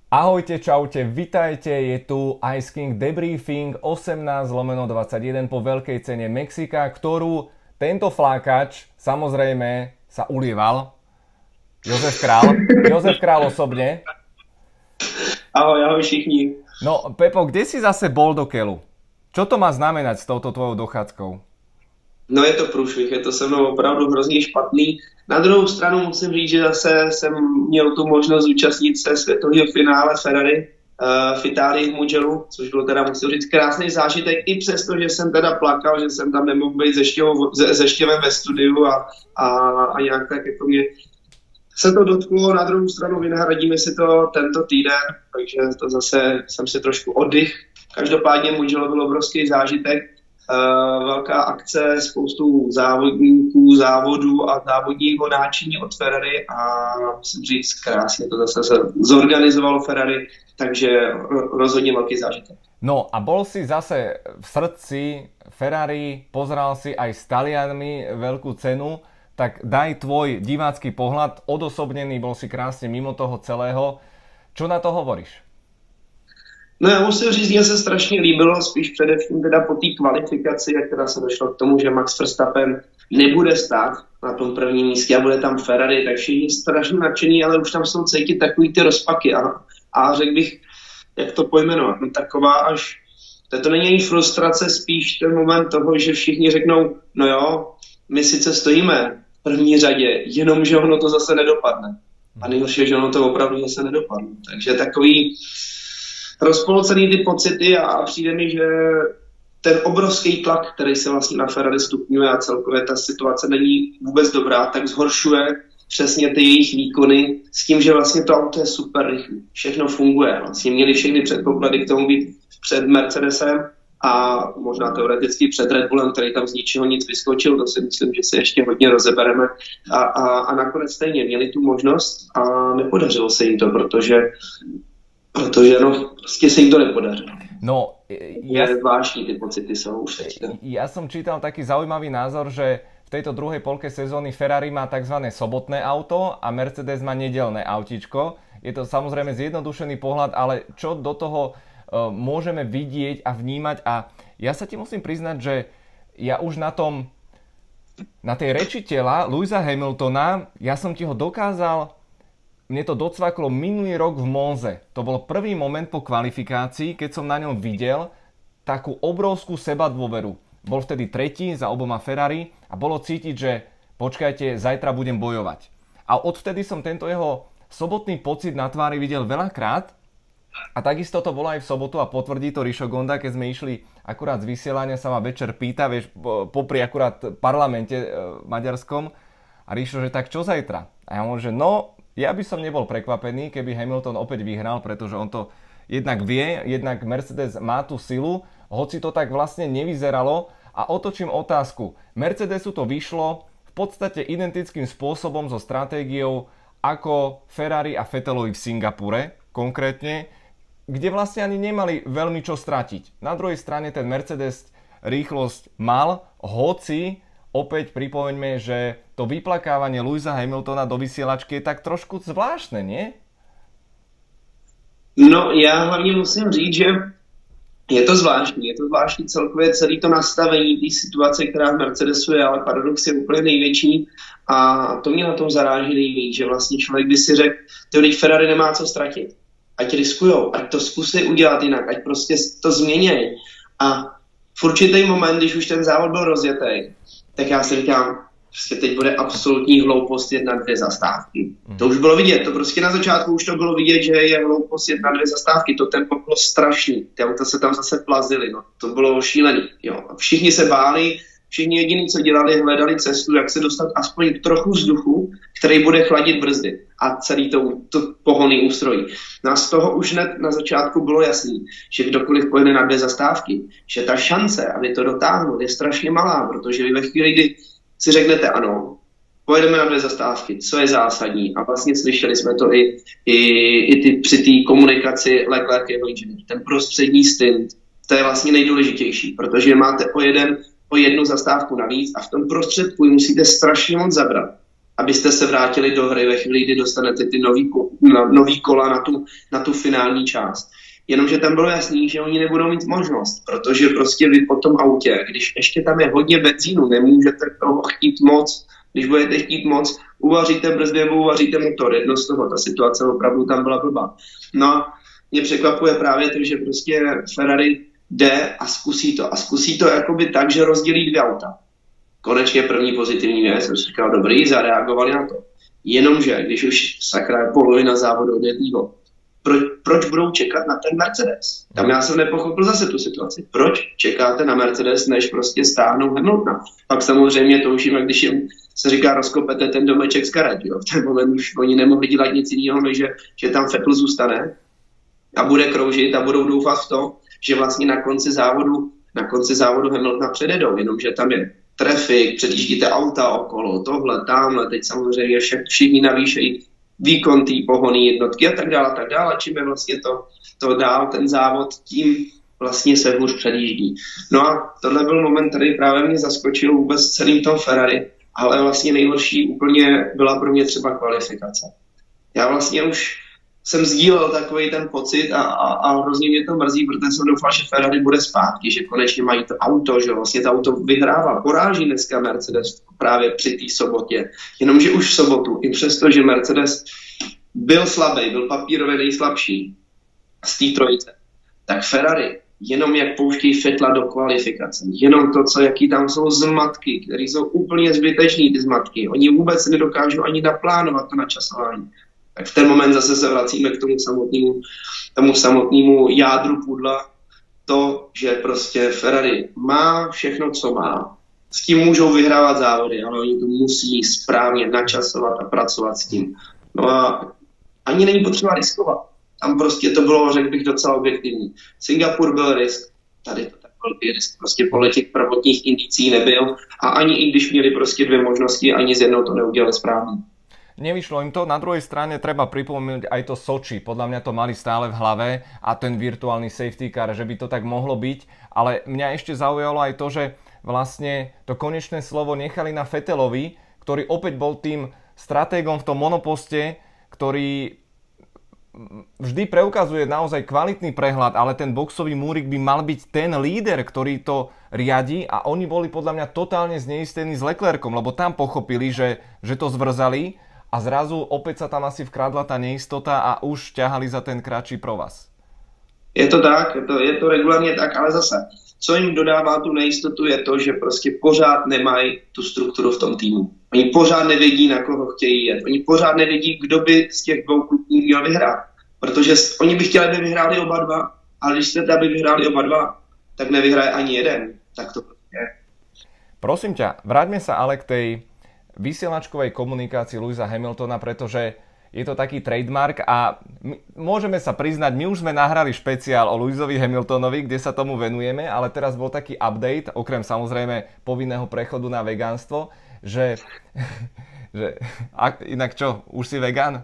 Ahojte, čaute, vitajte, je tu Ice King Debriefing 18/21 po veľkej cene Mexika, ktorú tento flákač samozrejme sa ulieval. Jozef Král osobne. Ahoj všichni. No, Pepo, kde si zase bol do keľu? Čo to má znamenať s touto tvojou dochádzkou? No je to průšvih, je to se mnou opravdu hrozně špatný. Na druhou stranu musím říct, že zase jsem měl tu možnost zúčastnit se světového finále Ferrari v Itálii v Mugellu, což bylo teda, musím říct, krásný zážitek, i přesto, že jsem teda plakal, že jsem tam nemohl být se štěvem ve studiu a nějak tak jako mě se to dotklo. Na druhou stranu vynahradíme si to tento týden, takže to zase jsem si trošku oddych. Každopádně Mugello byl obrovský zážitek. Velká akce, spoustu závodníků, závodů a závodního náčiní od Ferrari a musím říct, krásně to zase se zorganizovalo Ferrari, takže rozhodně velký zážitek. No a bol si zase v srdci Ferrari, pozeral si aj s Talianmi veľkú cenu, tak daj tvoj divácky pohľad, odosobnený, bol si krásne mimo toho celého. Čo na to hovoríš? No já musím říct, mně se strašně líbilo, spíš především teda po té kvalifikaci, jak teda se došlo k tomu, že Max Verstappen nebude stát na tom prvním místě a bude tam Ferrari, tak všichni strašně nadšení, ale už tam jsou cítit takový ty rozpaky a řekl bych, jak to pojmenovat, no taková až, to není ani frustrace, spíš ten moment toho, že všichni řeknou, no jo, my sice stojíme v první řadě, jenomže ono to zase nedopadne. A nejhorší je, že ono to opravdu zase nedopadne. Takže takový rozpolcený ty pocity a přijde mi, že ten obrovský tlak, který se vlastně na Ferrari stupňuje a celkově ta situace není vůbec dobrá, tak zhoršuje přesně ty jejich výkony s tím, že vlastně to auto je super rychlé. Všechno funguje. Vlastně měli všechny předpoklady k tomu být před Mercedesem a možná teoreticky před Red Bullem, který tam z ničeho nic vyskočil, to si myslím, že si ještě hodně rozebereme. A nakonec stejně měli tu možnost a nepodařilo se jim to, protože no, prostě se jim to nepodařilo. No, zvláštní ty pocity jsou už teďka. Ja som čítal taký zaujímavý názor, že v tejto druhej polke sezóny Ferrari má tzv. Sobotné auto a Mercedes má nedeľné autíčko. Je to samozrejme zjednodušený pohľad, ale čo do toho môžeme vidieť a vnímať. A ja sa ti musím priznať, že ja už na tej reči tela Lewisa Hamiltona, ja som ti ho dokázal. Mne to docvaklo minulý rok v Monze. To bol prvý moment po kvalifikácii, keď som na ňom videl takú obrovskú sebadôveru. Bol vtedy tretí za oboma Ferrari a bolo cítiť, že počkajte, zajtra budem bojovať. A odvtedy som tento jeho sobotný pocit na tvári videl veľakrát a takisto to bolo aj v sobotu a potvrdí to Rišo Gonda, keď sme išli akurát z vysielania, sa ma večer pýta, vieš, popri akurát parlamente maďarskom a Rišo, že tak čo zajtra? A ja mu, že no, ja by som nebol prekvapený, keby Hamilton opäť vyhral, pretože on to jednak vie, jednak Mercedes má tú silu, hoci to tak vlastne nevyzeralo. A otočím otázku. Mercedesu to vyšlo v podstate identickým spôsobom so stratégiou ako Ferrari a Vettelovi v Singapure, konkrétne, kde vlastne ani nemali veľmi čo stratiť. Na druhej strane ten Mercedes rýchlosť mal, hoci opäť pripomeňme, že to vyplakávanie Lewisa Hamiltona do vysielačky je tak trošku zvláštne, nie? No, já hlavně musím říct, že je to zvláštní celkově celé to nastavení té situace, která v Mercedesu je, ale paradox je úplně největší a to mě na tom zaráží nejvíc, že vlastně člověk by si řekl, když Ferrari nemá co ztratit, ať riskujou, ať to zkusí udělat jinak, ať prostě to změněj a v určitý moment, když už ten závod byl rozjetý, tak já si říkám, prostě teď bude absolutní hloupost jet na 2 zastávky. To už bylo vidět, to prostě na začátku už to bylo vidět, že je hloupost jet na 2 zastávky, to tempo bylo strašný, ty auta se tam zase plazily, no, to bylo šílený, jo. Všichni se báli, všichni jediný, co dělali, hledali cestu, jak se dostat aspoň trochu vzduchu, který bude chladit brzdy a celý to pohonný ústrojí. No a z toho už hned na začátku bylo jasný, že kdokoliv pojede na 2 zastávky, že ta šance, aby to dotáhnout, je strašně malá, protože vy ve chvíli, kdy si řeknete ano, pojedeme na 2 zastávky, co je zásadní. A vlastně slyšeli jsme to i při té komunikaci Leclerc jeho inženýr. Ten prostřední stint, to je vlastně nejdůležitější, protože máte o jednu zastávku navíc a v tom prostředku musíte strašně moc zabrat. abyste se vrátili do hry ve chvíli, kdy dostanete ty nový kola na tu finální část. Jenomže tam bylo jasný, že oni nebudou mít možnost, protože prostě vy po tom autě, když ještě tam je hodně benzínu, nemůžete toho chtít moc. Když budete chtít moc, uvaříte brzdy nebo uvaříte motor. Jedno z toho, ta situace opravdu tam byla blbá. No a mě překvapuje právě to, že prostě Ferrari jde a zkusí to. A zkusí to jakoby tak, že rozdělí 2 auta. Konečně první pozitivní věc, jsem si říkal, dobrý, zareagovali na to. Jenomže, když už sakra polovina závodu odjetýho, proč budou čekat na ten Mercedes? Tam já jsem nepochopil zase tu situaci. Proč čekáte na Mercedes, než prostě stáhnou Hamiltona? Pak samozřejmě to už jim, když jim se říká, rozkopete ten domeček z karet. Jo? V ten moment už oni nemohli dělat nic jiného, než že tam Vettel zůstane a bude kroužit a budou doufat v to, že vlastně na konci závodu Hamiltona předjedou, jenomže tam je trafik, předjíždíte auta okolo, tohle, tamhle, teď samozřejmě všichni navýšejí výkon té pohonné jednotky a tak dále. Čím je vlastně to dál ten závod, tím vlastně se hůř předjíždí. No a tohle byl moment, který právě mě zaskočil vůbec celým tom Ferrari, ale vlastně nejhorší úplně byla pro mě třeba kvalifikace. Já vlastně už jsem sdílel takový ten pocit a hrozně mě to mrzí, protože jsem doufal, že Ferrari bude zpátky, že konečně mají to auto, že vlastně to auto vyhrává, poráží dneska Mercedes právě při té sobotě. Jenomže už v sobotu, i přesto, že Mercedes byl slabý, byl papírově nejslabší z té trojice, tak Ferrari, jenom jak pouštějí Vettela do kvalifikace, jenom to, jaký tam jsou zmatky, které jsou úplně zbytečný, ty zmatky, oni vůbec nedokážou ani naplánovat to načasování. Tak v ten moment zase se vracíme k tomu samotnému jádru pudla, to, že prostě Ferrari má všechno, co má. S tím můžou vyhrávat závody, ale oni to musí správně načasovat a pracovat s tím. No a ani není potřeba riskovat. Tam prostě to bylo, řekl bych, docela objektivní. Singapur byl risk, tady to tak velký risk. Prostě podle těch prvotních indicí nebyl a ani i když měli prostě 2 možnosti, ani z jednou to neudělali správně. Nevyšlo im to, na druhej strane treba pripomenúť aj to Soči, podľa mňa to mali stále v hlave a ten virtuálny safety car, že by to tak mohlo byť, ale mňa ešte zaujalo aj to, že vlastne to konečné slovo nechali na Vettelovi, ktorý opäť bol tým stratégom v tom monoposte, ktorý vždy preukazuje naozaj kvalitný prehľad, ale ten boxový múrik by mal byť ten líder, ktorý to riadi a oni boli podľa mňa totálne zneistení s Leclercom, lebo tam pochopili, že to zvrzali a zrazu opäť sa tam asi vkradla tá neistota a už ťahali za ten kratší provaz. Je to tak, je to regulárně tak, ale zase, co jim dodává tu nejistotu je to, že prostě pořád nemají tu strukturu v tom týmu. Oni pořád nevědí, na koho chtějí jet. Oni pořád nevědí, kdo by z těch 2 klubů měl vyhrát. Protože oni by chtěli, aby vyhráli oba 2, ale když chcete, aby vyhráli oba 2, tak nevyhraje ani jeden. Tak to je. Prosím ťa, vráťme sa ale k tej vysielačkovej komunikácii Lewisa Hamiltona, pretože je to taký trademark a môžeme sa priznať, my už sme nahrali špeciál o Lewisovi Hamiltonovi, kde sa tomu venujeme, ale teraz bol taký update, okrem samozrejme povinného prechodu na vegánstvo, že inak čo, už si vegán?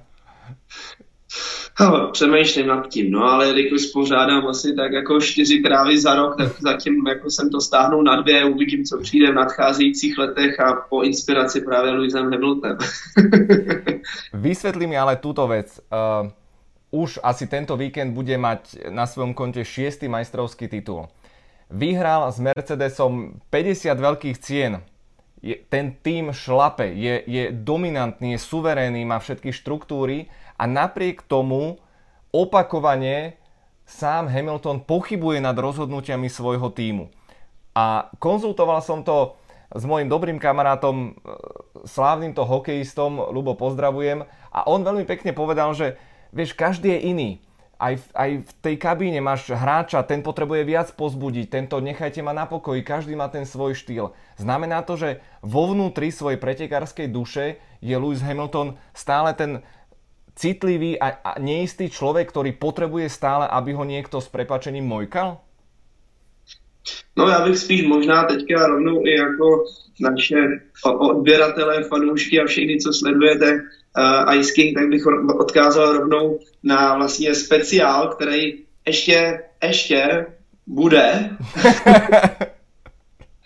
Přemýšlím nad tím, no ale jelikož spořádám asi tak jako 4 krávy za rok, tak zatím jako jsem to stáhnul na 2, uvidím, co přijde v nadcházejících letech a po inspiraci právě Lewisem Hamiltonem. Vysvetli mi ale túto vec. Už asi tento víkend bude mať na svojom konte 6. majstrovský titul. Vyhral s Mercedesom 50 veľkých cien. Ten tým šlape, je dominantný, je suverénny, má všetky štruktúry a napriek tomu opakovane sám Hamilton pochybuje nad rozhodnutiami svojho tímu. A konzultoval som to s mojím dobrým kamarátom, slávnym to hokejistom, Ľubo, pozdravujem, a on veľmi pekne povedal, že vieš, každý je iný. Aj v tej kabíne máš hráča, ten potrebuje viac pozbudiť, tento nechajte ma na pokoji, každý má ten svoj štýl. Znamená to, že vo vnútri svojej pretekárskej duše je Lewis Hamilton stále ten citlivý a neistý človek, ktorý potrebuje stále, aby ho niekto s prepáčením mojkal? No já bych spíš možná teďka rovnou i jako naše odběratelé, fanoušky a všichni, co sledujete Ice King, tak bych odkázal rovnou na vlastně speciál, který ještě bude.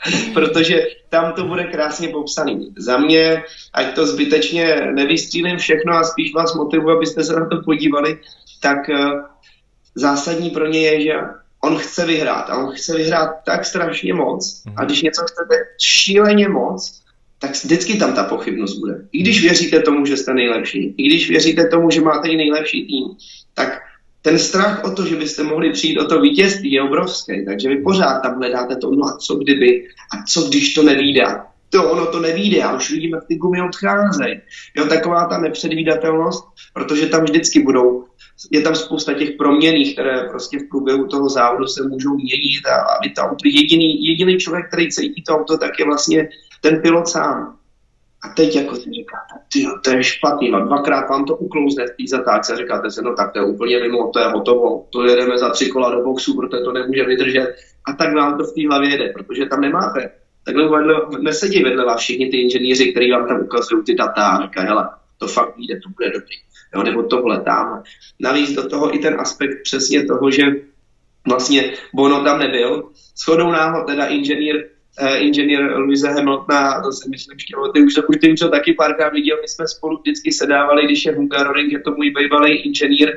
protože tam to bude krásně popsaný. Za mě, ať to zbytečně nevystřílím všechno a spíš vás motivuji, abyste se na to podívali, tak zásadní pro ně je, že on chce vyhrát a on chce vyhrát tak strašně moc a když něco chcete šíleně moc, tak vždycky tam ta pochybnost bude. I když věříte tomu, že jste nejlepší, i když věříte tomu, že máte i nejlepší tým, tak ten strach o to, že byste mohli přijít o to vítězství, je obrovský. Takže vy pořád tam hledáte to, no a co kdyby, a co když to nevíde. Ono to nevíde, a už vidíme, jak ty gumy odcházejí. Jo, taková ta nepředvídatelnost, protože tam vždycky je tam spousta těch proměnných, které prostě v průběhu toho závodu se můžou měnit a vy to auto, jediný člověk, který cítí to auto, tak je vlastně ten pilot sám. A teď jako si říkáte, tyjo, to je špatný, no, dvakrát vám to uklouzne v té zatáčce a říkáte si, no tak to je úplně mimo, to je hotovo, to jedeme za 3 kola do boxu, protože to nemůže vydržet. A tak vám to v té hlavě jede, protože tam nemáte. Takhle nesedí vedle vás všichni ty inženýři, kteří vám tam ukazují ty data a říkají, hele, to fakt vyjde, to bude dobrý. Jo, nebo tohle tam. Navíc do toho i ten aspekt přesně toho, že vlastně Bono tam nebyl. Shodou náhod teda inženýr Lewise Hamiltona, to si myslím, že ty už to taky párkrát viděl, my jsme spolu vždycky sedávali, když je Hungaroring, je to můj bývalý inženýr,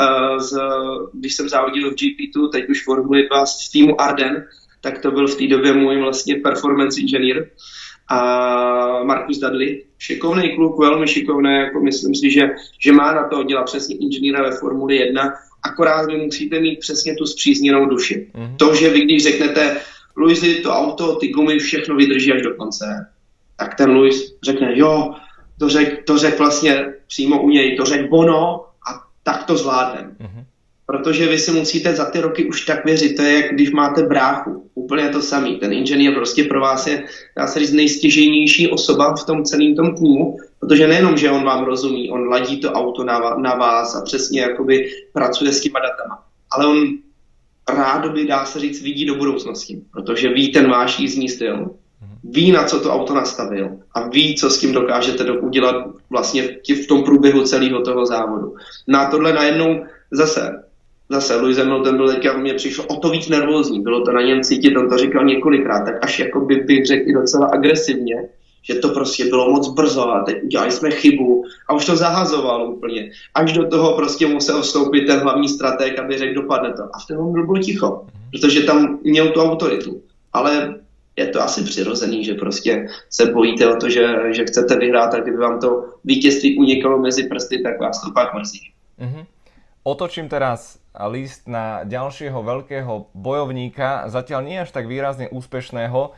když jsem závodil v GP2, teď už Formuli 2 v týmu Arden, tak to byl v té době můj vlastně performance inženýr. A Marcus Dudley, šikovný kluk, velmi šikovný, jako myslím si, že má na to dělat přesně inženýra ve Formuli 1, akorát vy musíte mít přesně tu spřízněnou duši. To, že vy když řeknete, Luisi, to auto, ty gumy, všechno vydrží až do konce, tak ten Lewis řekne, jo, to řek vlastně přímo u něj, to řek Bono a tak to zvládnem. Protože vy si musíte za ty roky už tak věřit, to je jak když máte bráchu, úplně to samý. Ten inženýr prostě pro vás je, dá se říct, nejstěžejnější osoba v tom celém tom týmu, protože nejenom, že on vám rozumí, on ladí to auto na vás a přesně jakoby pracuje s těma datama, ale on rádoby, dá se říct, vidí do budoucnosti, protože ví ten váš jízdní styl, ví, na co to auto nastavil a ví, co s tím dokážete udělat vlastně v tom průběhu celého toho závodu. Na tohle najednou zase Lewis Hamilton byl teďka, mně přišlo o to víc nervózní, bylo to na něm cítit, on to říkal několikrát, tak až jako bych řekl i docela agresivně, že to prostě bylo moc brzo a teď udělali jsme chybu a už to zahazoval úplně. Až do toho prostě musel vstoupit ten hlavní stratég, aby řekl, dopadne to. A v tom bylo ticho, protože tam měl tu autoritu. Ale je to asi přirozený, že prostě se bojíte o to, že chcete vyhrát a kdyby vám to vítězství unikalo mezi prsty, tak vás to pak mrzí. Otočím teraz list na ďalšieho veľkého bojovníka, zatiaľ nie až tak výrazne úspešného.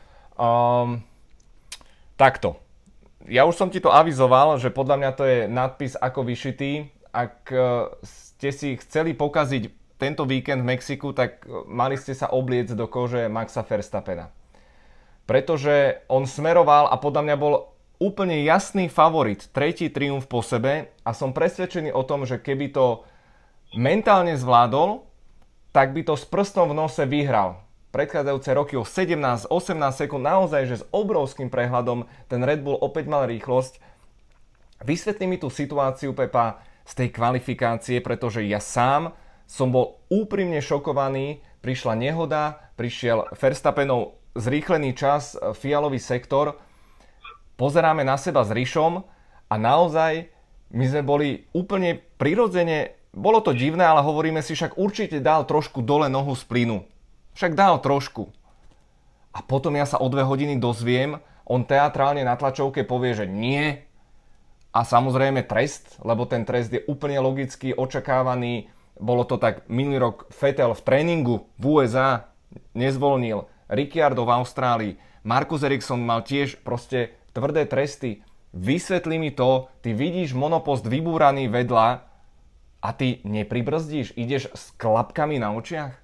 Takto. Ja už som ti to avizoval, že podľa mňa to je nadpis ako vyšitý. Ak ste si chceli pokaziť tento víkend v Mexiku, tak mali ste sa obliecť do kože Maxa Verstappena. Pretože on smeroval a podľa mňa bol úplne jasný favorit, tretí triumf po sebe a som presvedčený o tom, že keby to mentálne zvládol, tak by to s prstom v nose vyhral. Predchádzajúce roky o 17-18 sekúnd, naozaj, že s obrovským prehľadom ten Red Bull opäť mal rýchlosť. Vysvetli mi tú situáciu, Pepa, z tej kvalifikácie, pretože ja sám som bol úprimne šokovaný. Prišla nehoda, prišiel Verstappenov zrýchlený čas, fialový sektor. Pozeráme na seba s Rišom a naozaj my sme boli úplne prirodzene, bolo to divné, ale hovoríme si, však určite dal trošku dole nohu z plynu. Však dal trošku. A potom ja sa o 2 hodiny dozviem, on teatrálne na tlačovke povie, že nie. A samozrejme trest, lebo ten trest je úplne logicky očakávaný. Bolo to tak minulý rok Vettel v tréningu v USA nezvolnil. Ricciardo v Austrálii. Marcus Ericsson mal tiež proste tvrdé tresty. Vysvetli mi to, ty vidíš monopost vybúraný vedľa a ty nepribrzdíš, ideš s klapkami na očiach?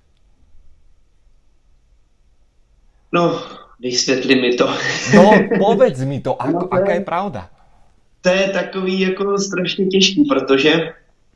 No, vysvětli mi to. No, povedz mi to, aká je pravda? To je takový jako strašně těžký, protože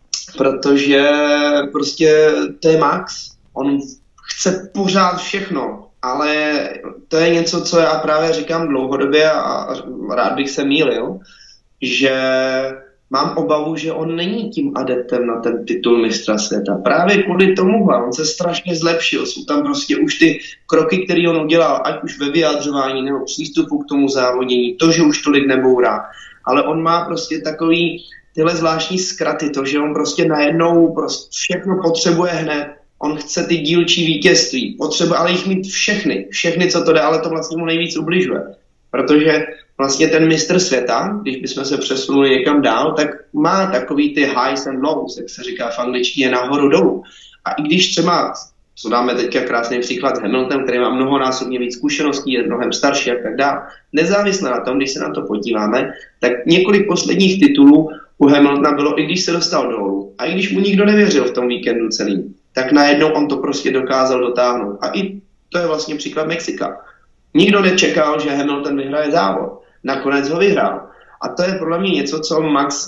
prostě to je Max. On chce pořád všechno, ale to je něco, co já právě říkám dlouhodobě a rád bych se mýlil, že mám obavu, že on není tím adeptem na ten titul mistra světa. Právě kvůli tomuhle, on se strašně zlepšil, jsou tam prostě už ty kroky, které on udělal, ať už ve vyjádřování nebo přístupu k tomu závodění, to, že už tolik nebourá, ale on má prostě takový tyhle zvláštní zkraty, to, že on prostě najednou prostě všechno potřebuje hned, on chce ty dílčí vítězství, potřebuje ale jich mít všechny, co to jde, ale to vlastně mu nejvíc ubližuje, protože vlastně ten mistr světa, když bychom se přesunuli někam dál, tak má takový ty highs and lows, jak se říká v angličtině, nahoru dolů. A i když třeba, co dáme teďka krásný příklad s Hamiltonem, který má mnohonásobně víc zkušeností, je mnohem starší a tak dále, nezávisle na tom, když se na to podíváme, tak několik posledních titulů u Hamiltona bylo, i když se dostal dolů, a i když mu nikdo nevěřil v tom víkendu celým, tak najednou on to prostě dokázal dotáhnout. A i to je vlastně příklad Mexika. Nikdo nečekal, že Hamilton vyhraje závod. Nakonec ho vyhrál. A to je podle mě něco, co Max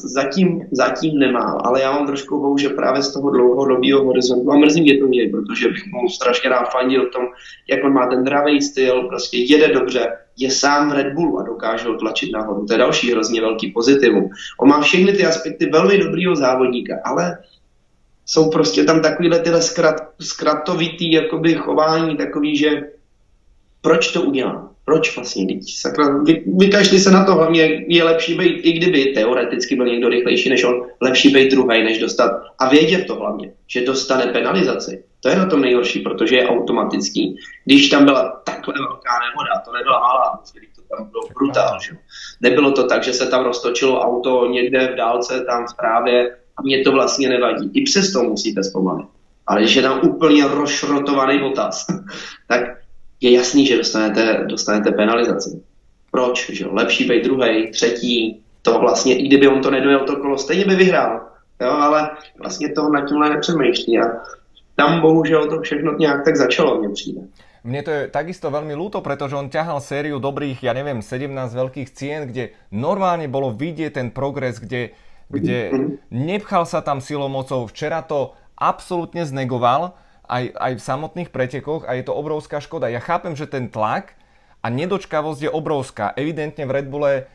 zatím nemá. Ale já mám trošku obou, že právě z toho dlouhodobého horizontu, a mrzí mě to něj, protože bych mu strašně rád fandil o tom, jak on má ten dravý styl, prostě jede dobře, je sám v Red Bullu a dokáže ho tlačit nahoru. To je další hrozně velký pozitivum. On má všechny ty aspekty velmi dobrýho závodníka, ale jsou prostě tam takovýhle tyhle zkratovitý jakoby chování, takový, že proč to udělám? Proč vlastně? Vykašli se na to, hlavně je lepší být, i kdyby teoreticky byl někdo rychlejší než on, lepší být druhý, než dostat. A vědět to hlavně, že dostane penalizaci. To je na tom nejhorší, protože je automatický. Když tam byla takhle velká nehoda, to nebyla malá, to tam bylo brutál. Že? Nebylo to tak, že se tam roztočilo auto někde v dálce, tam v trávě a mě to vlastně nevadí. I přesto musíte zpomalit. Ale když je tam úplně rozšrotovaný Bottas, tak je jasný, že dostanete penalizaci. Proč? Že? Lepší být druhej, třetí, to vlastně, i kdyby on to nedojel to kolo, stejně by vyhrál. Jo, ale vlastně toho nad tímhle nepřemýšlí. A tam bohužel to všechno nějak tak začalo, mně přijde. Mne to je takisto veľmi ľúto, pretože on ťahal sériu dobrých, ja neviem, 17 veľkých cien, kde normálne bolo vidieť ten progres, kde nepchal sa tam silou mocou. Včera to absolútne znegoval, aj v samotných pretekoch, a je to obrovská škoda. Ja chápem, že ten tlak a nedočkavosť je obrovská. Evidentne v Red Bulle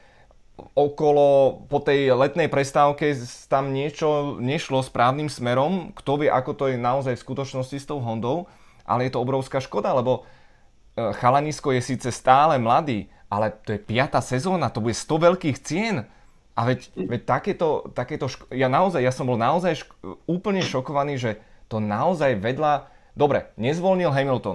okolo po tej letnej prestávke tam niečo nešlo správnym smerom. Kto vie, ako to je naozaj v skutočnosti s tou Hondou, ale je to obrovská škoda, lebo chalanisko je síce stále mladý, ale to je 5. sezóna, to bude 100 veľkých cien. A veď takéto ja som bol naozaj úplne šokovaný, že to naozaj vedľa... Dobre, nezvolnil Hamilton.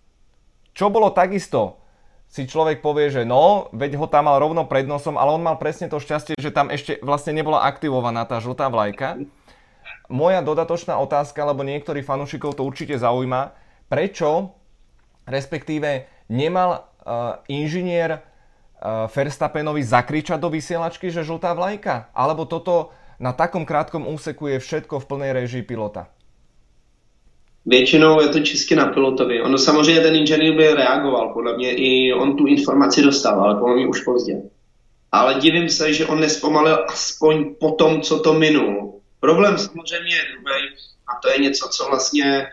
Čo bolo takisto? Si človek povie, že no, veď ho tam mal rovno pred nosom, ale on mal presne to šťastie, že tam ešte vlastne nebola aktivovaná tá žltá vlajka. Moja dodatočná otázka, lebo niektorých fanúšikov to určite zaujíma, prečo, respektíve nemal inžinier Verstappenovi zakričať do vysielačky, že žltá vlajka? Alebo toto na takom krátkom úseku je všetko v plnej réžii pilota? Většinou je to čistě na pilotovi. Ono samozřejmě ten inženýr by reagoval, podle mě i on tu informaci dostal, ale podle mě už pozdě. Ale divím se, že on nespomalil aspoň po tom, co to minul. Problém samozřejmě je druhý a to je něco, co vlastně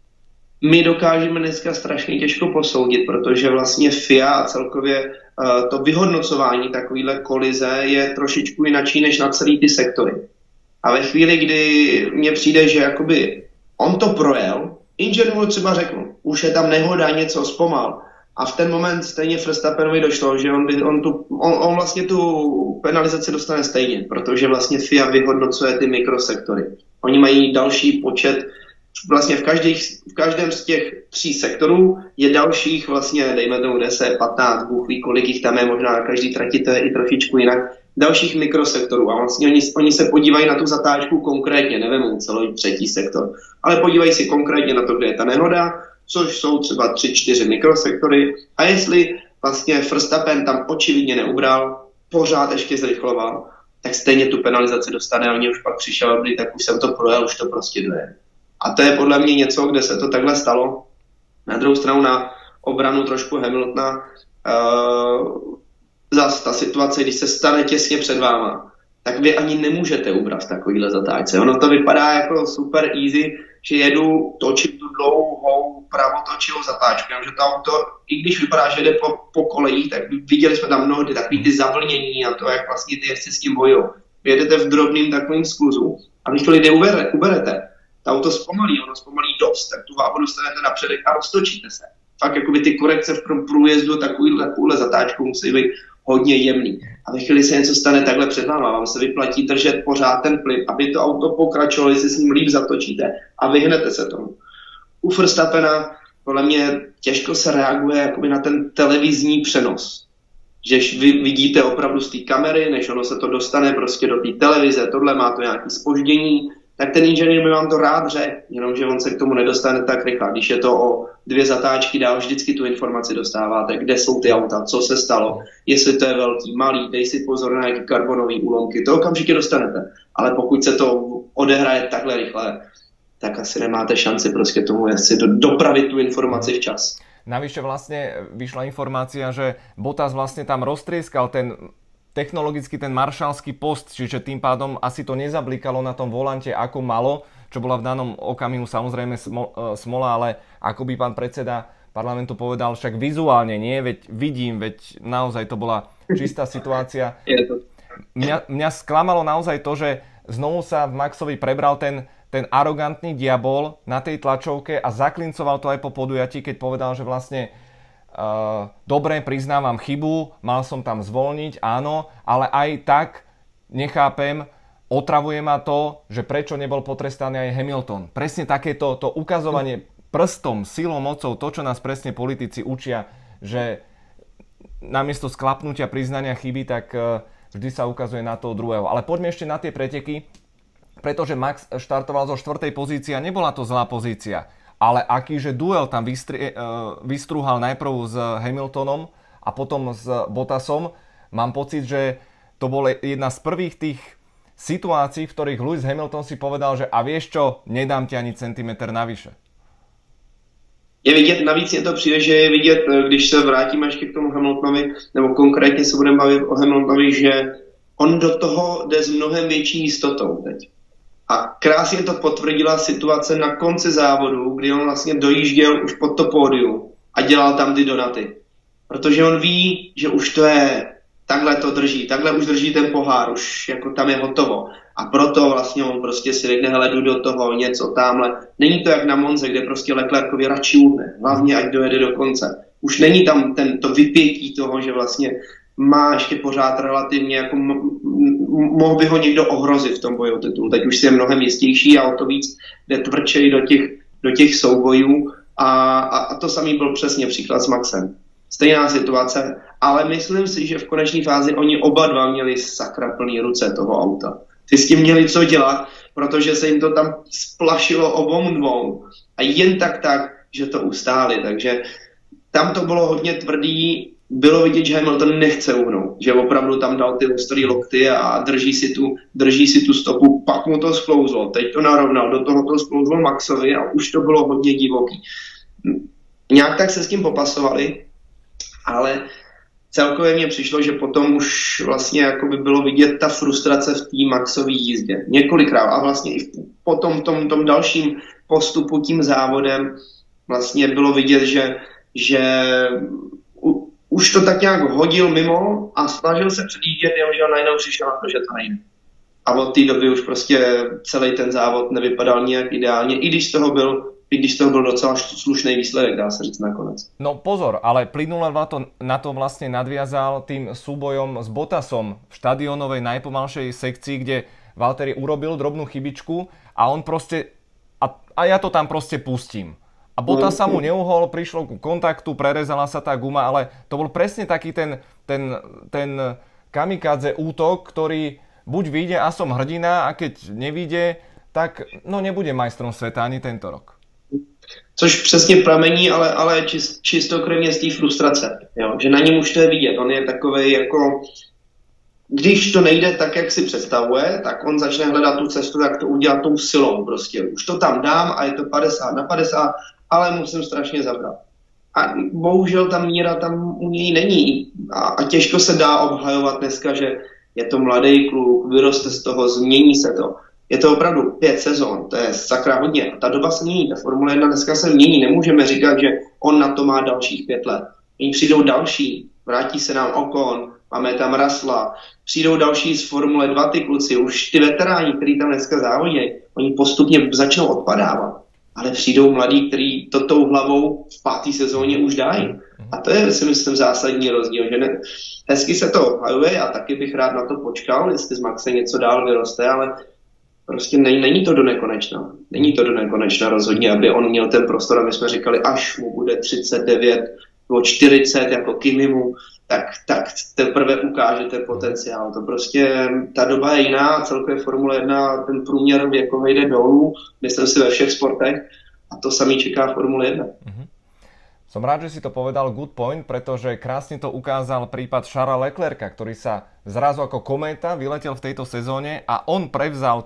my dokážeme dneska strašně těžko posoudit, protože vlastně FIA a celkově to vyhodnocování takovýhle kolize je trošičku jinačí než na celý ty sektory. A ve chvíli, kdy mně přijde, že jakoby on to projel, inženýr třeba řekl, už je tam nehoda, něco zpomal. A v ten moment stejně Verstappenovi došlo, že on vlastně tu penalizaci dostane stejně, protože vlastně FIA vyhodnocuje ty mikrosektory. Oni mají další počet, vlastně v každém z těch 3 sektorů je dalších vlastně, dejme tomu 10, 15, Bůh ví, kolik jich tam je, možná na každý trati to je i trošičku jinak, dalších mikrosektorů. A vlastně oni se podívají na tu zatáčku konkrétně, nevemou celý 3. sektor, ale podívají si konkrétně na to, kde je ta nehoda, což jsou třeba 3-4 mikrosektory. A jestli vlastně Verstappen tam očividně neubral, pořád ještě zrychloval, tak stejně tu penalizaci dostane a oni už pak přišel, tak už jsem to projel, už to prostě doje. A to je podle mě něco, kde se to takhle stalo. Na druhou stranu na obranu trošku Hamiltona, zase ta situace, když se stane těsně před váma, tak vy ani nemůžete ubrat takovýhle zatáčce. Ono to vypadá jako super easy, že jedu točit tu dlouhou pravotočivou zatáčku, že to auto, i když vypadá, že jde po kolejích, tak viděli jsme tam mnohdy takový ty zavlnění a to, jak vlastně ty jezdci s tím bojují. jedete v drobným takovým skluzu a vy chvíli uberete, to auto zpomalí, ono zpomalí dost, tak tu váhu dostanete na předek a roztočíte se. Fakt jakoby ty korekce v průjezdu takovýhle zatáčkou musí být hodně jemný. A ve chvíli se něco stane takhle před váma, vám se vyplatí držet pořád ten plyn, aby to auto pokračovalo, jestli s ním líp zatočíte a vyhnete se tomu. U Verstappena podle mě těžko se reaguje jakoby na ten televizní přenos. Že vy vidíte opravdu z té kamery, než ono se to dostane prostě do té televize, tohle má to nějaké zpoždění, tak ten inženýr by vám to rád řekl, jenomže on se k tomu nedostane tak rychle. Když je to o 2 zatáčky dál, vždycky tu informaci dostáváte, kde jsou ty auta, co se stalo, jestli to je velký, malý, dej si pozor na nějaké karbonové úlomky, to okamžitě dostanete. Ale pokud se to odehraje takhle rychle, tak asi nemáte šanci prostě tomu jezdci dopravit tu informaci včas. Navyše vlastne vyšla informácia, že Bottas vlastne tam roztrieskal technologicky ten maršalský post, čiže tým pádom asi to nezablikalo na tom volante ako malo, čo bola v danom okamihu samozrejme smola, ale ako by pán predseda parlamentu povedal, však vizuálne nie, veď vidím, veď naozaj to bola čistá situácia. Mňa sklamalo naozaj to, že znovu sa v Maxovi prebral ten arogantný diabol na tej tlačovke a zaklincoval to aj po podujatí, keď povedal, že vlastne dobre, priznávam chybu, mal som tam zvolniť, áno, ale aj tak nechápem, otravuje ma to, že prečo nebol potrestaný aj Hamilton. Presne takéto to ukazovanie prstom, silou, mocou, to, čo nás presne politici učia, že namiesto sklapnutia priznania chyby, tak vždy sa ukazuje na toho druhého. Ale poďme ešte na tie preteky, pretože Max štartoval zo 4. pozície a nebola to zlá pozícia. Ale akýže duel tam vystrúhal najprv s Hamiltonom a potom s Bottasom, mám pocit, že to bola jedna z prvých tých situácií, v ktorých Lewis Hamilton si povedal, že a vieš čo, nedám ti ani centimetr navyše. Je vidět, navíc je to přijde, že je vidět, když se vrátíme ještě k tomu Hamiltonovi, nebo konkrétně se budeme bavit o Hamiltonovi, že on do toho jde s mnohem větší jistotou teď. A krásně to potvrdila situace na konci závodu, kdy on vlastně dojížděl už pod to pódium a dělal tam ty donaty. Protože on ví, že už to je, takhle to drží, takhle už drží ten pohár, už jako tam je hotovo. A proto vlastně on prostě si řekne, hele, jdu do toho, něco tamhle. Není to jak na Monze, kde prostě Leclercovi radši uhne, hlavně ať dojede do konce. Už není tam to vypětí toho, že vlastně má ještě pořád relativně, jako mohl by ho někdo ohrozit v tom boji o titul. Teď už si je mnohem jistější a o to víc jde tvrdšej do těch soubojů. A to samý byl přesně příklad s Maxem. Stejná situace, ale myslím si, že v konečné fázi oni oba dva měli sakra plný ruce toho auta. Ty s tím měli co dělat, protože se jim to tam splašilo obou dvou. A jen tak, že to ustáli. Takže tam to bylo hodně tvrdý. Bylo vidět, že Hamilton nechce uhnout, že opravdu tam dal ty ostrý lokty a drží si tu stopu, pak mu to sklouzlo, teď to narovnal, do toho to sklouzlo Maxovi a už to bylo hodně divoký. Nějak tak se s tím popasovali, ale celkově mně přišlo, že potom už vlastně jako by bylo vidět ta frustrace v té Maxové jízdě. Několikrát a vlastně i potom tom dalším postupu tím závodem vlastně bylo vidět, že už to tak nějak hodil mimo a snažil se předjíždět, jenomže on najednou přišel na to, že to nejde. A od té doby už prostě celý ten závod nevypadal nijak ideálně, i když z toho byl docela slušný výsledek, dá se říct nakonec. No pozor, ale plynule na to vlastne nadviazal tým súbojom s Bottasom v štadiónovej najpomalšej sekcii, kde Valtteri urobil drobnú chybičku a on proste, a ja to tam proste pustím. A Bottas sa mu neuhol, prišlo ku kontaktu, prerezala sa tá guma, ale to bol presne taký ten kamikadze útok, ktorý buď vyjde a som hrdina, a keď nevyjde, tak no nebude majstrom sveta ani tento rok. Což přesně pramení, ale čistokrevně z té frustrace. Jo? Že na něm už to je vidět. On je takovej jako, když to nejde tak, jak si představuje, tak on začne hledat tu cestu, jak to udělat tou silou. Prostě už to tam dám a je to 50/50, ale musím strašně zabrat. A bohužel ta míra tam u něj není. A těžko se dá obhajovat dneska, že je to mladý kluk, vyroste z toho, změní se to. Je to opravdu 5 sezon, to je sakra hodně. A ta doba se mění, ta Formule 1 dneska se mění. Nemůžeme říkat, že on na to má dalších 5 let. Oni přijdou další, vrátí se nám Ocon, máme tam Russella, přijdou další z Formule 2 ty kluci, už ty veteráni, kteří tam dneska závodí, oni postupně začnou odpadávat. Ale přijdou mladí, kteří to tou hlavou v 5. sezóně už dají. A to je, si myslím, zásadní rozdíl. Že ne, hezky se to obhajuje, já taky bych rád na to počkal, jestli z Maxe něco dál vyroste, ale prostě není to do nekonečna. Není to do nekonečna rozhodně, aby on měl ten prostor a my jsme říkali, až mu bude 39 nebo 40 jako Kimimu, tak teprve ukážete potenciál. To prostě, ta doba je jiná, celkově Formule 1, ten průměr věkový jde dolů, myslím si ve všech sportech, a to samý čeká Formule 1. Som rád, že si to povedal, good point, pretože krásne to ukázal prípad Charlesa Leclerca, ktorý sa zrazu ako kométa vyletel v tejto sezóne a on prevzal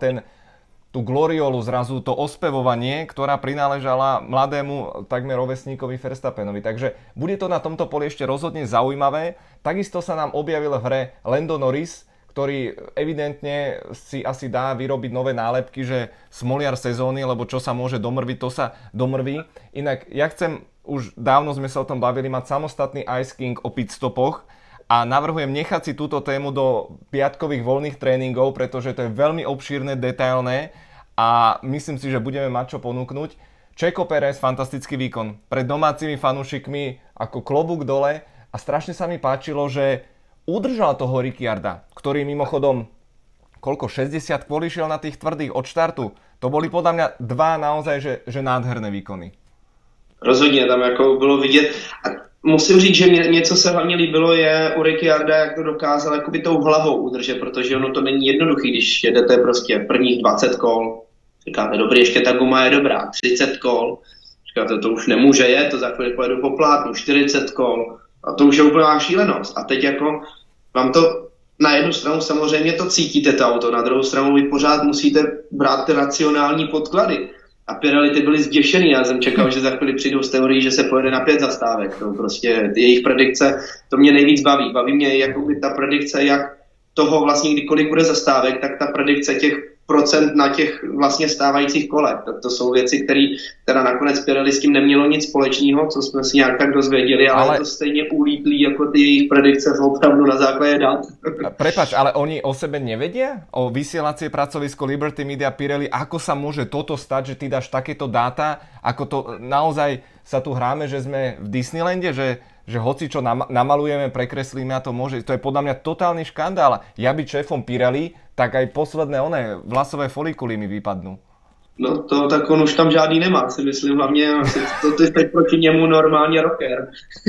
tú gloriolu, zrazu to ospevovanie, ktorá prináležala mladému takmer rovesníkovi Verstappenovi. Takže bude to na tomto poli ešte rozhodne zaujímavé. Takisto sa nám objavil v hre Lando Norris, ktorý evidentne si asi dá vyrobiť nové nálepky, že smoliar sezóny, lebo čo sa môže domrviť, to sa domrví. Inak ja chcem, už dávno sme sa o tom bavili, mať samostatný Ice King o pitstopoch a navrhujem nechať si túto tému do piatkových voľných tréningov, pretože to je veľmi obšírne, detailné a myslím si, že budeme mať čo ponúknuť. Checo Pérez, fantastický výkon. Pred domácimi fanúšikmi ako klobúk dole a strašne sa mi páčilo, že udržal toho Ricciarda, ktorý mimochodom koľko, 60 kvôli šiel na tých tvrdých od štartu. To boli podľa mňa dva naozaj, že nádherné výkony. Rozhodně, tam jako bylo vidět. A musím říct, že mě něco se hlavně líbilo je u Ricciarda, jak to dokázal jakoby tou hlavou udržet, protože ono to není jednoduchý, když jedete prostě prvních 20 kol. Říkáte, dobrý, ještě ta guma je dobrá, 30 kol. Říkáte, to už nemůže jet, to za chvíli pojedu po plátnu, 40 kol. A to už je úplná šílenost. A teď jako vám to na jednu stranu samozřejmě to cítíte to auto, na druhou stranu vy pořád musíte brát ty racionální podklady. A Pirelli ty byli zděšený, já jsem čekal, že za chvíli přijdou z teorií, že se pojede na 5 zastávek. To prostě jejich predikce, to mě nejvíc baví. Baví mě jakoby ta predikce, jak toho vlastně, kdykoliv bude zastávek, tak ta predikce těch procent na těch vlastně stávajících kolech. Tak to jsou věci, které teda nakonec Pirelli s tím nemělo nic společného, co jsme si nějak tak dozvěděli, ale to stejně ulítlí jako ty jejich predikce opravdu na základě dat. Prepač, ale oni o sebe nevedia? O vysielacie pracovisko Liberty Media Pirelli, ako sa môže toto stať, že ty dáš takéto dáta, ako to naozaj sa tu hráme, že sme v Disneylande, že hoci čo namalujeme, prekreslíme a to môže, to je podľa mňa totálny škandál. Ja byť šéfom Pirelli, tak aj posledné vlasové folikuly mi vypadnú. No to tak on už tam žádný nemá, si myslím, hlavně to je teď proti němu normálně rocker.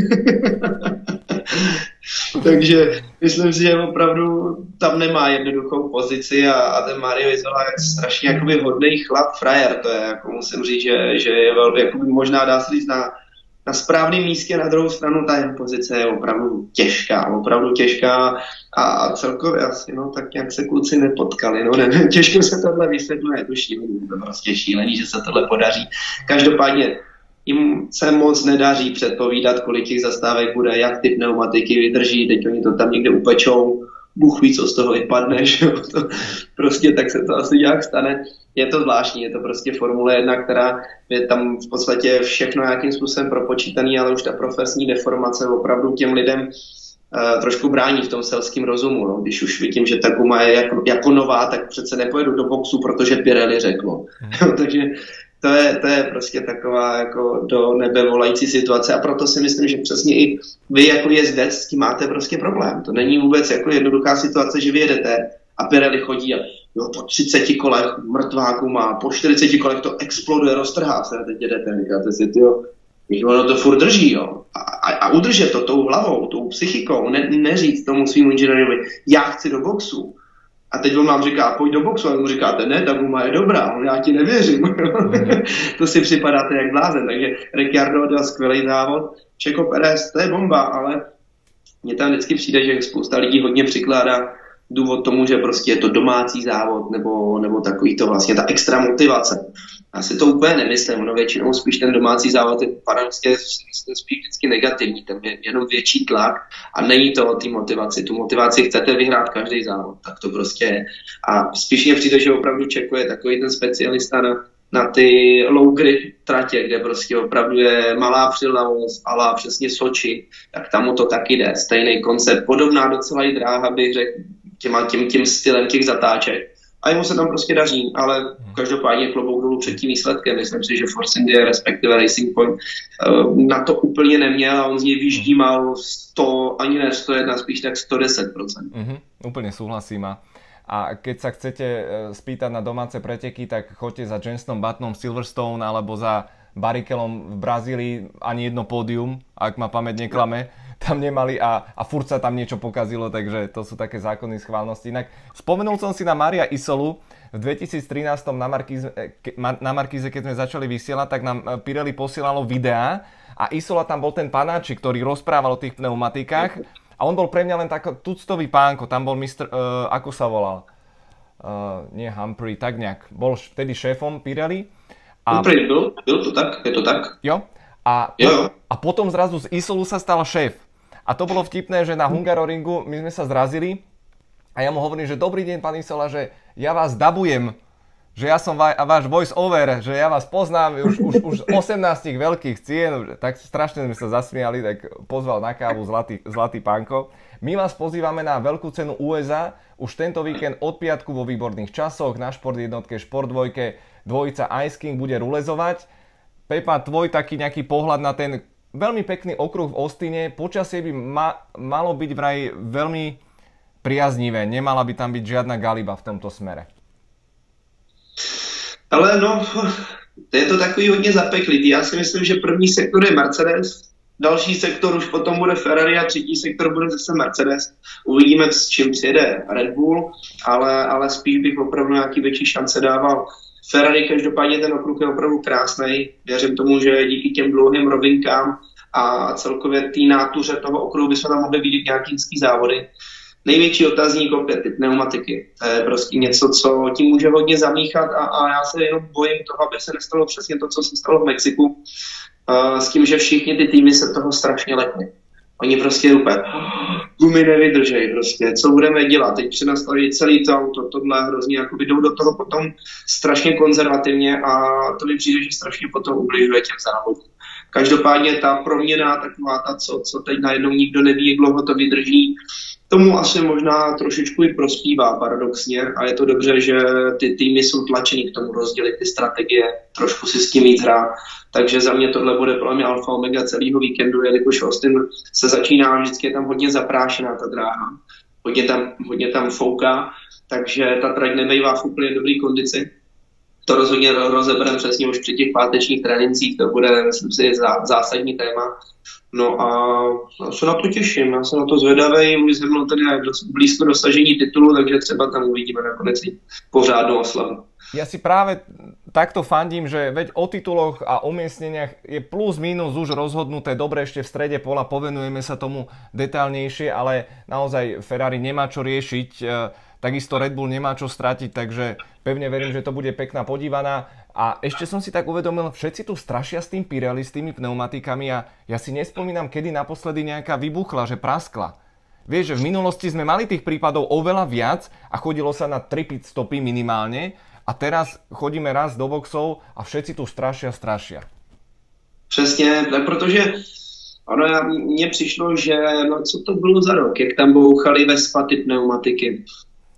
Takže myslím si, že opravdu tam nemá jednoduchou pozici a ten Mario Isola je strašně jakoby hodnej chlap, frajer, to je, jako musím říct, že je velmi, jakoby možná dá se říct na správném místě, na druhou stranu ta jeho pozice je opravdu těžká a celkově asi, no, tak nějak se kluci nepotkali, no, ne, těžko se tohle vysvětluje, je to šílený, to prostě šílený, že se tohle podaří. Každopádně jim se moc nedaří předpovídat, kolik těch zastávek bude, jak ty pneumatiky vydrží, teď oni to tam někde upečou, Bůh ví, co z toho vypadne, že jo, to prostě tak se to asi nějak stane. Je to zvláštní, je to prostě Formule 1, která je tam v podstatě všechno nějakým způsobem propočítaný, ale už ta profesní deformace opravdu těm lidem trošku brání v tom selském rozumu. No. Když už vidím, že ta guma je jako nová, tak přece nepojedu do boxu, protože Pirelli řeklo. Takže to je prostě taková jako do nebe volající situace a proto si myslím, že přesně i vy jako jezdec s tím máte prostě problém. To není vůbec jako jednoduchá situace, že vy jedete a Pirelli chodí a jo, po 30 kolech mrtvá guma, po 40 kolech to exploduje, roztrhá se a teď jedete, říkáte si, tyjo, ono to furt drží, jo. A udržet to tou hlavou, tou psychikou, neříct tomu svým inženýrovi, já chci do boxu. A teď on vám říká, pojď do boxu, a mu říkáte, ne, ta guma je dobrá, já ti nevěřím. To si připadáte jak blázen. Takže Ricciardo dal skvělý závod, Checo Pérez, to je bomba, ale mně tam vždycky přijde, že spousta lidí hodně přikládá důvod tomu, že prostě je to domácí závod, nebo takový to vlastně ta extra motivace. Já si to úplně nemyslím, ono většinou spíš ten domácí závod je paradoxně spíš vždycky negativní, tam je jenom větší tlak a není to o té motivaci. Tu motivaci chcete vyhrát každý závod, tak to prostě je. A spíš mě přijde, že opravdu Checo je takový ten specialista na ty low grid tratě, kde prostě opravdu je malá přilnavost, ale přesně Soči, tak tam mu to taky jde. Stejný koncept, podobná docela i dráha, bych řekl, tím stylem těch zatáček. A jemu se tam prostě daří, ale každopádně klobouk dolů před tím výsledkem. Myslím si, že Force India, respektive Racing Point, na to úplně neměl a on z něj vyždímal 100, ani ne 101, spíš tak 110%. Úplne súhlasím. A keď sa chcete spýtať na domáce preteky, tak choďte za Jensonom Buttonom Silverstone alebo za Barrichelom v Brazílii, ani jedno pódium, ak ma pamäť neklame, tam nemali a furt sa tam niečo pokazilo, takže to sú také zákony schválnosti. Inak spomenul som si na Maria Isolu v 2013 na Markíze, keď sme začali vysielať, tak nám Pirelli posielalo videá a Isola tam bol ten panáčik, ktorý rozprával o tých pneumatikách. A on bol pre mňa len taký tuctový pánko, tam bol ako sa volal? Nie Humphrey, tak nejak. Bol vtedy šéfom Pirelli. Humphrey byl to tak, je to tak. Jo. A potom zrazu z Isolu sa stal šéf. A to bolo vtipné, že na Hungaroringu my sme sa zrazili a ja mu hovorím, že dobrý deň, pán Isola, že ja vás dabujem, že ja som váš voice over, že ja vás poznám už 18 veľkých cien, tak strašne sme sa zasmiali, tak pozval na kávu zlatý pánko. My vás pozývame na veľkú cenu USA, už tento víkend od piatku vo výborných časoch, na Šport jednotke, Šport dvojke, dvojica Ice King bude rulezovať. Pepa, tvoj taký nejaký pohľad na ten veľmi pekný okruh v Austine, počasie by malo byť vraj veľmi priaznivé, nemala by tam byť žiadna galiba v tomto smere. Ale no, je to takový hodně zapeklitý. Já si myslím, že první sektor je Mercedes, další sektor už potom bude Ferrari a třetí sektor bude zase Mercedes. Uvidíme, s čím přijede Red Bull, ale spíš bych opravdu nějaký větší šance dával Ferrari. Každopádně ten okruh je opravdu krásný. Věřím tomu, že díky těm dlouhým rovinkám a celkově té nátuře toho okruhu bychom tam mohli vidět nějaký hezký závody. Největší otazník opět ty pneumatiky. To je prostě něco, co tím může hodně zamíchat a já se jenom bojím toho, aby se nestalo přesně to, co se stalo v Mexiku. S tím, že všichni ty týmy se toho strašně lekli. Oni prostě úplně gumy nevydržej prostě, co budeme dělat, teď přenastaví celý to auto, tohle hrozně, jakoby jdou do toho potom strašně konzervativně a to mi přijde, že strašně potom ubližuje těm závodům. Každopádně ta proměna, taková ta, co teď najednou nikdo neví, jak dlouho to vydrží, tomu asi možná trošičku i prospívá paradoxně a je to dobře, že ty týmy jsou tlačení k tomu rozdělit ty strategie, trošku si s tím víc hrát. Takže za mě tohle bude podle mě alfa omega celého víkendu, jelikož Austin se začíná, vždycky je tam hodně zaprášená ta dráha, hodně tam fouká, takže ta trať nebejvá v úplně dobrý kondici. To rozhodně rozebereme přesně už při těch pátečních trénincích, to bude, myslím si, zásadní téma. No a já se na to těším, já jsem na to zvědavý, Lewis Hamilton je blízko dosažení titulu, takže třeba tam uvidíme nakonec pořádnou oslavu. Ja si práve takto fandím, že veď o tituloch a umiestneniach je plus minus už rozhodnuté, dobre ešte v strede pola, povenujeme sa tomu detailnejšie, ale naozaj Ferrari nemá čo riešiť, takisto Red Bull nemá čo stratiť, takže pevne verím, že to bude pekná podívaná. A ešte som si tak uvedomil, všetci tu strašia s tým Pirelli, s tými pneumatikami a ja si nespomínam, kedy naposledy nejaká vybuchla, že praskla. Vieš, že v minulosti sme mali tých prípadov oveľa viac a chodilo sa na 3 pit stopy minimálne a teraz chodíme raz do boxov a všetci tu strašia. Přesně, protože mně přišlo, že co to bylo za rok, jak tam bouchali ve spaty pneumatiky.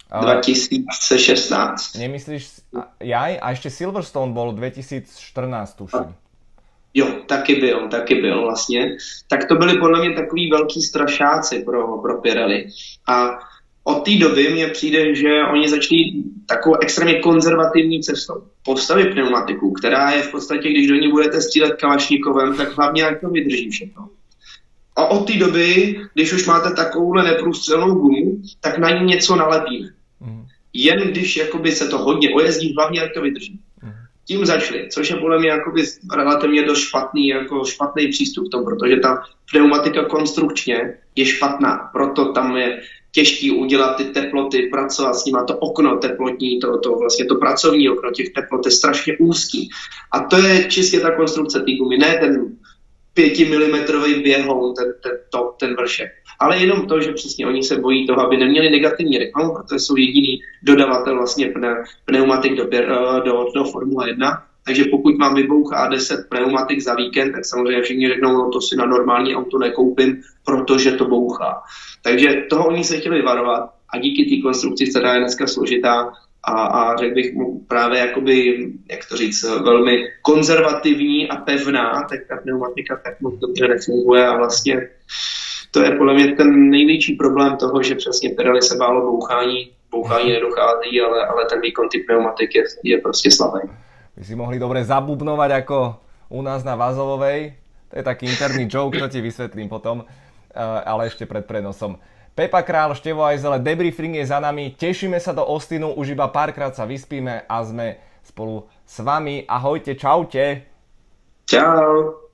2016. Nemyslíš, a ešte Silverstone bol 2014, tuším. Jo, taky byl vlastně. Tak to byly podle mě takový velký strašáci pro Pirelli. A od té doby mně přijde, že oni začali takovou extrémně konzervativní cestou. Postavit pneumatiku, která je v podstatě, když do ní budete střílet kalašníkovem, tak hlavně jak to vydrží všechno. A od té doby, když už máte takovouhle neprůstřelnou gumu, tak na ní něco nalepíme. Jen když jakoby se to hodně ojezdí, hlavně jak to vydrží. Tím začali, což je podle mě jakoby relativně dost špatný přístup k tomu, protože ta pneumatika konstrukčně je špatná, proto tam je těžký udělat ty teploty, pracovat s nima, to okno teplotní, vlastně to pracovní okno těch teplot je strašně úzký. A to je čistě ta konstrukce té gumy, ne ten 5 mm běhoun, ten vršek. Ale jenom to, že přesně oni se bojí toho, aby neměli negativní reklamu, protože jsou jediný dodavatel vlastně pneumatik do Formule 1, takže pokud mám vybouchá 10 pneumatik za víkend, tak samozřejmě všichni řeknou, no to si na normální auto nekoupím, protože to bouchá. Takže toho oni se chtěli varovat a díky té konstrukci, která je dneska složitá a řekl bych mu právě jakoby, jak to říct, velmi konzervativní a pevná, tak ta pneumatika tak moc dobře nefunguje a vlastně to je podle mě ten největší problém toho, že přesně Pirelli se bálo bouchání nedochází, ale ten výkon ty pneumatik je prostě slabý. By si mohli dobre zabubnovať ako u nás na Vazovovej. To je taký interný joke, to ti vysvetlím potom, ale ešte pred prenosom. Pepa Král, Števo Ajzele, debriefing je za nami, tešíme sa do Austinu, už iba párkrát sa vyspíme a sme spolu s vami. Ahojte, čaute. Čau.